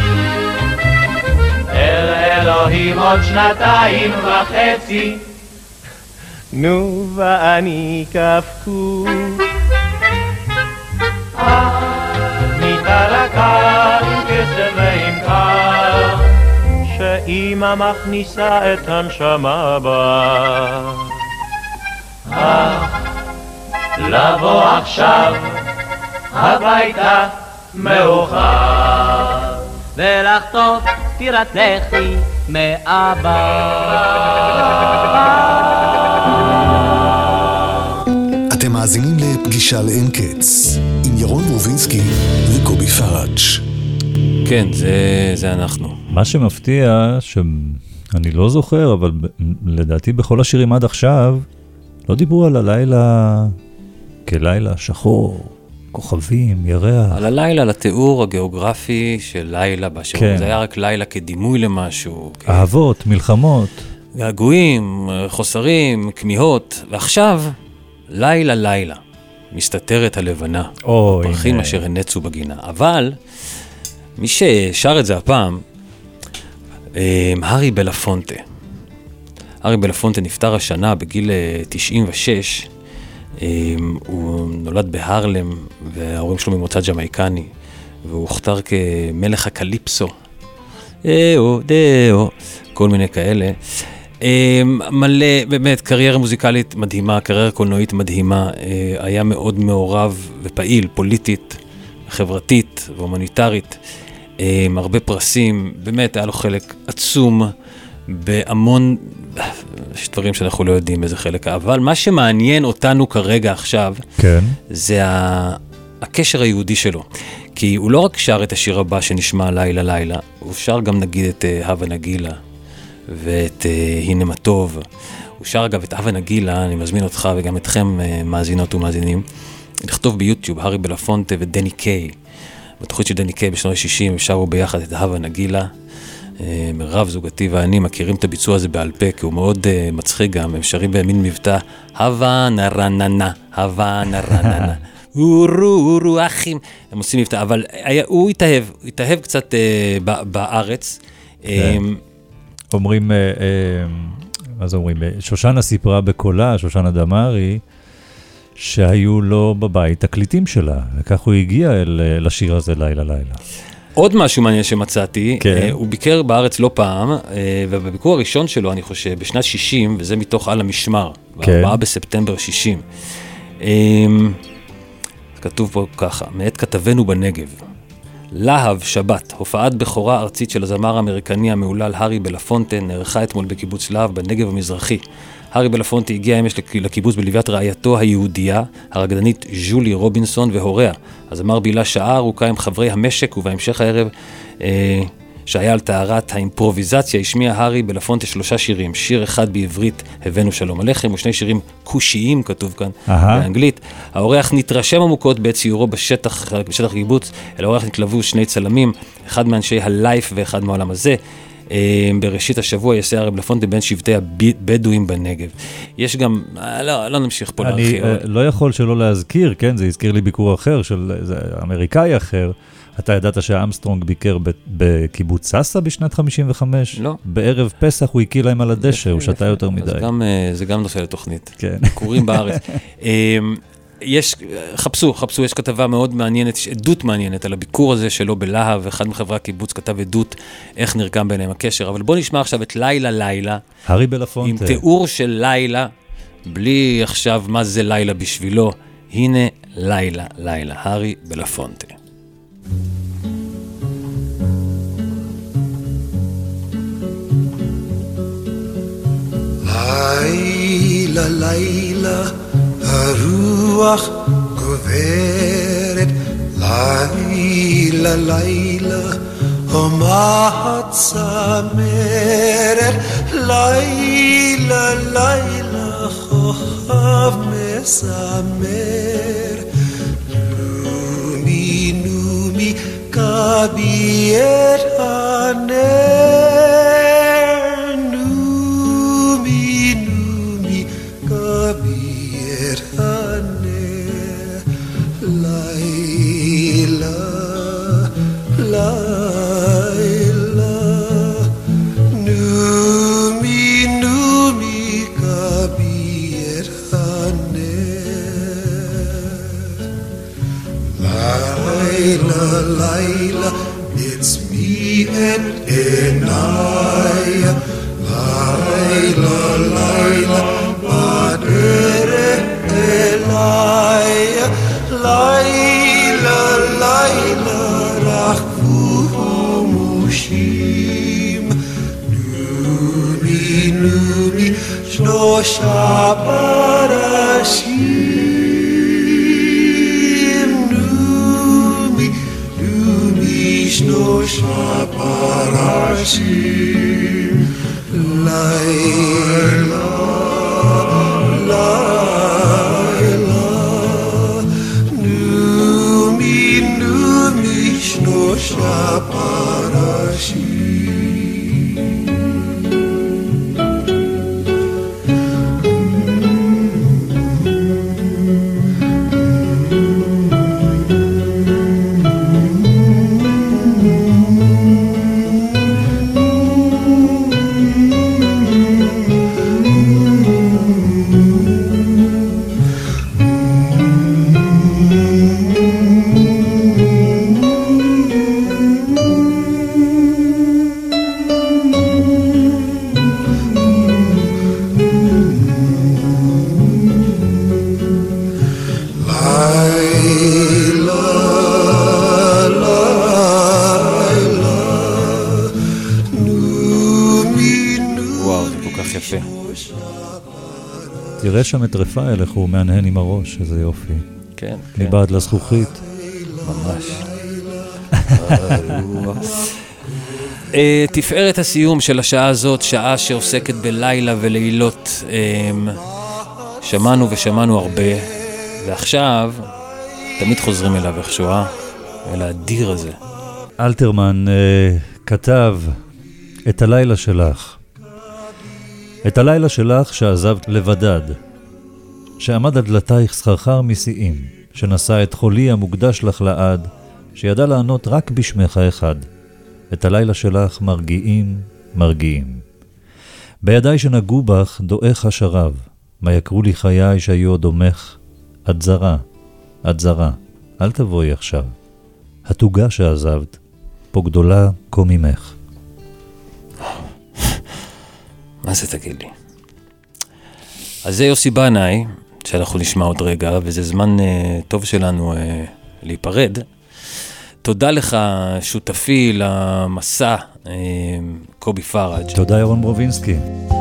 אל אלוהים עוד שנתיים וחצי, נו ואני כפקו. מתרקה עם כסף ועם קר, שאמא מכניסה את הנשמה בה. לבוא עכשיו הביתה מאוחר, ולחטוף טירת לחי מאבא. אתם מאזינים לפגישה לאין קץ עם ירון רובינסקי וקובי פראג'. כן, זה, זה אנחנו. מה שמפתיע, שאני לא זוכר, אבל לדעתי בכל השירים עד עכשיו, לא דיברו על הלילה כלילה שחור, כוכבים, ירח. על הלילה, על התיאור הגיאוגרפי של לילה באשר. כן. זה היה רק לילה כדימוי למשהו. אהבות, מלחמות. געגועים, חוסרים, כמיהות, ועכשיו, לילה לילה, מסתתרת הלבנה, אוי, הפרחים אשר הנצו בגינה. אבל, מי ששר את זה הפעם, הארי בלפונטה. הארי בלפונטה נפטר השנה בגיל תשעים ושש, הוא נולד בהרלם, וההורים שלו ממוצא ג'מייקני, והוא הוכתר כמלך הקליפסו. דאו, דאו, כל מיני כאלה. מלא, באמת, קריירה מוזיקלית מדהימה, קריירה קולנועית מדהימה, היה מאוד מעורב ופעיל, פוליטית, חברתית והומניטרית, הרבה פרסים, באמת היה לו חלק עצום בהמון, יש דברים שאנחנו לא יודעים איזה חלק, אבל מה שמעניין אותנו כרגע עכשיו, כן. זה הקשר היהודי שלו. כי הוא לא רק שר את השיר הבא שנשמע לילה לילה, הוא שר גם נגיד את הווה נגילה, ואת הנה מה טוב. הוא שר אגב את הווה נגילה, אני מזמין אותך וגם אתכם מאזינות ומאזינים, לכתוב ביוטיוב, הארי בלפונטה ודני קיי. בתוכנית של דני קיי בשנות ה-שישים שרו ביחד את הווה נגילה. מרב זוגתי ואני מכירים את הביצוע הזה בעל פה, כי הוא מאוד מצחיק גם, הם שרים במין מבטא, הווה נרננה, הווה נרננה. אורו, אורו, אחים. הם עושים מבטא, אבל הוא התאהב, הוא התאהב קצת בארץ. אומרים, מה זה אומרים? שושנה סיפרה בקולה, שושנה דמארי, שהיו לו בבית תקליטים שלה, וכך הוא הגיע לשיר הזה לילה לילה. עוד משהו מעניין שמצאתי, כן. הוא ביקר בארץ לא פעם, ובביקור הראשון שלו, אני חושב, בשנת שישים, וזה מתוך על המשמר, כן. ב-ארבעה בספטמבר שישים. כתוב פה ככה, מאת כתבנו בנגב. להב שבת, הופעת בכורה ארצית של הזמר האמריקני המעולל הארי בלפונטה, נערכה אתמול בקיבוץ להב בנגב המזרחי. הארי בלפונטה הגיע אמש לקיבוץ בלוויית רעייתו היהודייה, הרקדנית ז'ולי רובינסון והוריה. הזמר בילה שעה ארוכה עם חברי המשק, ובהמשך הערב אה, שהיה על טהרת האימפרוביזציה, השמיע הארי בלפונטה שלושה שירים. שיר אחד בעברית, הבאנו שלום עליכם, ושני שירים קושיים, כתוב כאן, Aha. באנגלית. האורח נתרשם עמוקות בעת ציורו בשטח, בשטח הקיבוץ. אל האורח נתלוו שני צלמים, אחד מאנשי הלייף ואחד מעולם הזה. בראשית השבוע יעשה הארי בלפונטה בין שבטי הבדואים בנגב. יש גם, לא, לא נמשיך פה להרחיב. אני לא יכול שלא להזכיר, כן, זה הזכיר לי ביקור אחר של אמריקאי אחר. אתה ידעת שהאמסטרונג ביקר בקיבוץ סאסה בשנת חמישים וחמש? לא. בערב פסח הוא הקיא להם על הדשא, הוא שתה יותר מדי. זה גם נושא לתוכנית. כן. ביקורים בארץ. יש, חפשו, חפשו, יש כתבה מאוד מעניינת, יש עדות מעניינת על הביקור הזה שלו בלהב, ואחד מחברי הקיבוץ כתב עדות איך נרקם ביניהם הקשר, אבל בוא נשמע עכשיו את לילה לילה. הארי בלפונטה. עם תיאור של לילה, בלי עכשיו מה זה לילה בשבילו, הנה לילה לילה, הארי בלפונטה. לילה לילה הרוח גוברת, לילה לילה המחט צמרת, לילה לילה כוכב מסמר, נומי נומי קבי את הנר, נומי נומי קבי את הנר, לילה לילה נומי נומי קבי את הנר, לילה לילה it's me and Enaya, לילה לילה בדרך אליה, לילה לילה רכבו חמושים, נומי נומי שלושה פרשים, נומי נומי שלושה פרשים, לילה לילה שלושה פרשים. תראה שם את רפאל, איך הוא מענהן עם הראש, איזה יופי. כן. מבעד לזכוכית. ממש. תפארת הסיום של השעה הזאת, שעה שעוסקת בלילה ולילות. שמענו ושמענו הרבה, ועכשיו תמיד חוזרים אליו איכשהו, אל האדיר הזה. אלתרמן כתב את הלילה שלך. את הלילה שלך שעזבת לבדד, שעמד עד דלתייך סחרחר משיאים, שנשא את חולי המוקדש לך לעד, שידע לענות רק בשמך אחד. את הלילה שלך מרגיעים, מרגיעים. בידיי שנגעו בך דואך השרב, מה יקרו לי חיי שהיו דומך, את זרה, את זרה, אל תבואי עכשיו. התוגה שעזבת, פה גדולה כה ממך. מה זה תגיד לי? אז זה יוסי בנאי, שאנחנו נשמע עוד רגע, וזה זמן uh, טוב שלנו uh, להיפרד. תודה לך, שותפי למסע, uh, קובי פראג'. תודה ירון ברובינסקי.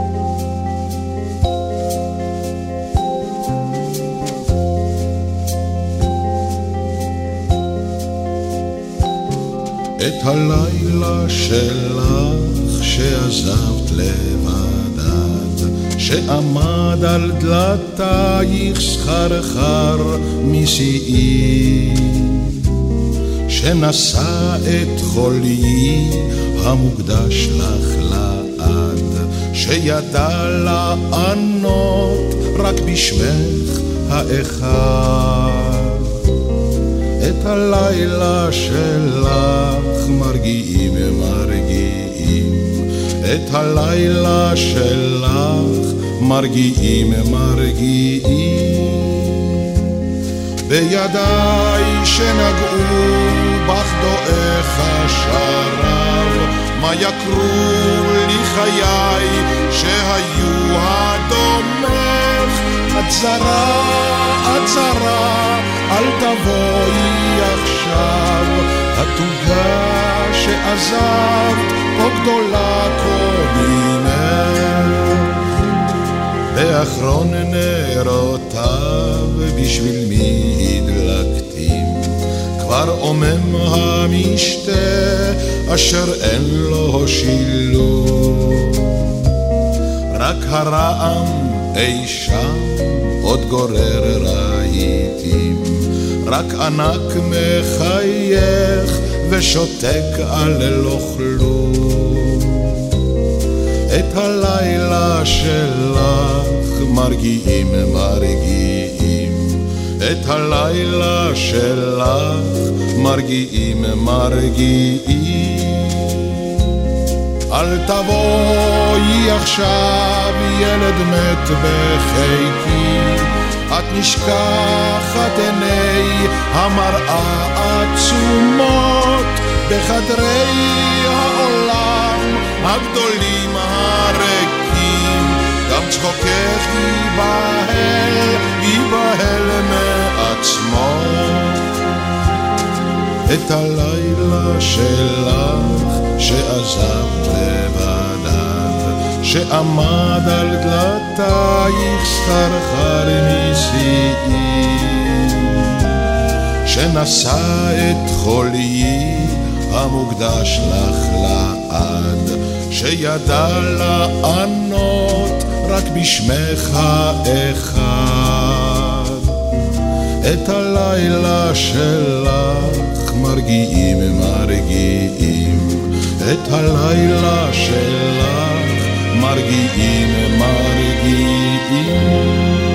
את הלילה שלך שעזבת לבדד, שעמד על דלתייך סחרחר משיאים, שנשא את חולי המוקדש לך לעד, שידע לענות רק בשמך האחד. את הלילה שלך מרגיעים מרגיעים, את הלילה שלך מרגיעים מרגיעים. בידיי שנגעו בך דואך השרב, מה יקרו לי חיי שהיו הדומך. את זרה, את זרה, אל תבואי עכשיו. התוגה שעזבת פה גדולה כה ממך. באחרון נרותיו בשביל מי הדלקתים, כבר עומם המשתה אשר אין לו שילוב. רק הרעם אי שם עוד גורר רהיטים, רק ענק מחייך ושותק על לא כלום. את הלילה שלך מרגיעים מרגיעים, את הלילה שלך מרגיעים מרגיעים. אל תבואי עכשיו ילד מת בחיקי, את נשכחת עיני המראה עצומות בחדרי העולם הגדולים הריקים. גם צחוקך ייבהל, ייבהל מעצמו. את הלילה שלך שעזבת לבדד, שעמד על דלתייך סחרחר משיאים, שנשא את חולי המוקדש לך לעד, שידע לענות רק בשמך אחד. את הלילה שלך מרגיעים, מרגיעים את הלילה שלך, מרגיעים, מרגיעים